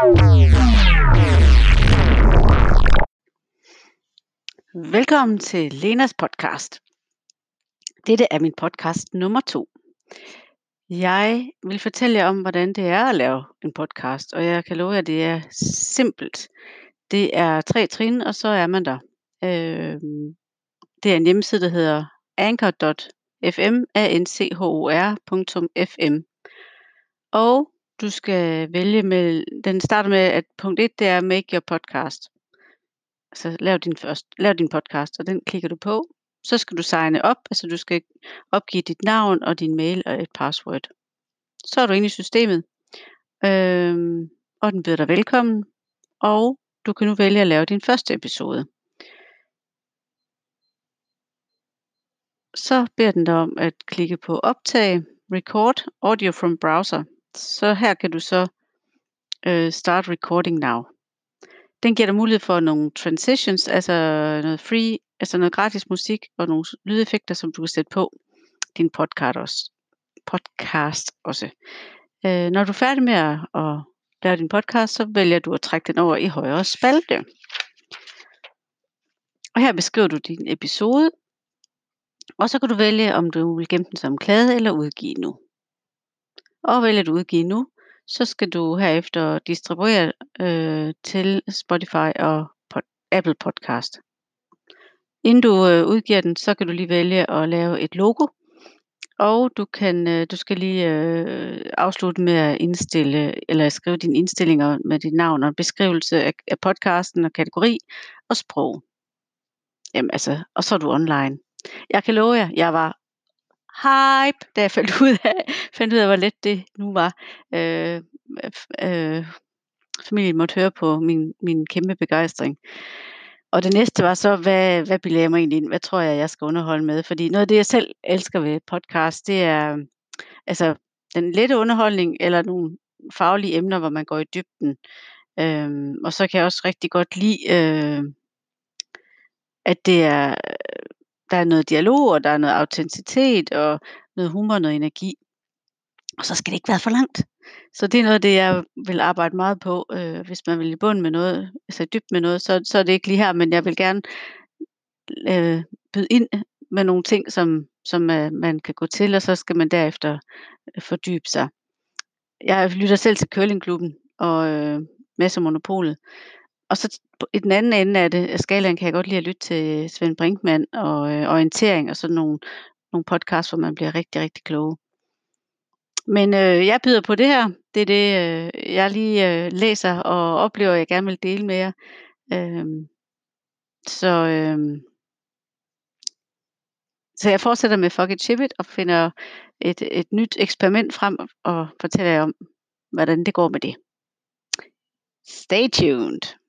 Velkommen til Lenas podcast. Dette er min podcast nummer 2. Jeg vil fortælle jer om, hvordan det er at lave en podcast, og jeg kan love jer, at det er simpelt. Det er 3 trin, og så er man der. Det er en hjemmeside, der hedder anchor.fm, anchor.fm. Og du skal vælge den starter med, at punkt 1, det er make your podcast. Altså lav din podcast, og den klikker du på. Så skal du signe op, altså du skal opgive dit navn og din mail og et password. Så er du inde i systemet, og den byder dig velkommen, og du kan nu vælge at lave din første episode. Så beder den dig om at klikke på optag, record audio from browser. Så her kan du så start recording now. Den giver dig mulighed for nogle transitions, altså noget free, altså noget gratis musik og nogle lydeffekter, som du kan sætte på din podcast også. Når du er færdig med at lave din podcast, så vælger du at trække den over i højre spalte. Og her beskriver du din episode, og så kan du vælge, om du vil gemme den som klade eller udgive nu. Og vælger du udgive nu, så skal du herefter distribuere til Spotify og Apple Podcast. Inden du udgiver den, så kan du lige vælge at lave et logo, og du skal lige afslutte med at indstille eller skrive dine indstillinger med dit navn og beskrivelse af podcasten og kategori og sprog. Jamen altså, og så er du online. Jeg kan love jer, jeg var hype, da jeg fandt ud af, hvor let det nu var. Familien måtte høre på min kæmpe begejstring. Og det næste var så, hvad bilder jeg mig egentlig ind? Hvad tror jeg skal underholde med? Fordi noget af det, jeg selv elsker ved podcast, det er altså den lette underholdning eller nogle faglige emner, hvor man går i dybden. Og så kan jeg også rigtig godt lide, at der er noget dialog, og der er noget autenticitet, og noget humor, noget energi. Og så skal det ikke være for langt. Så det er noget af det, jeg vil arbejde meget på, hvis man vil i bund med noget, altså dybt med noget, så er det ikke lige her, men jeg vil gerne byde ind med nogle ting, som man kan gå til, og så skal man derefter fordybe sig. Jeg lytter selv til Curlingklubben og Mads og Monopolet. Og så i den anden ende af skalaen kan jeg godt lide at lytte til Svend Brinkmann og orientering og sådan nogle podcasts, hvor man bliver rigtig, rigtig kloge. Men jeg byder på det her. Det er det, jeg lige læser og oplever, jeg gerne vil dele med jer. Så jeg fortsætter med Fuck It, Ship It og finder et nyt eksperiment frem og fortæller jer om, hvordan det går med det. Stay tuned.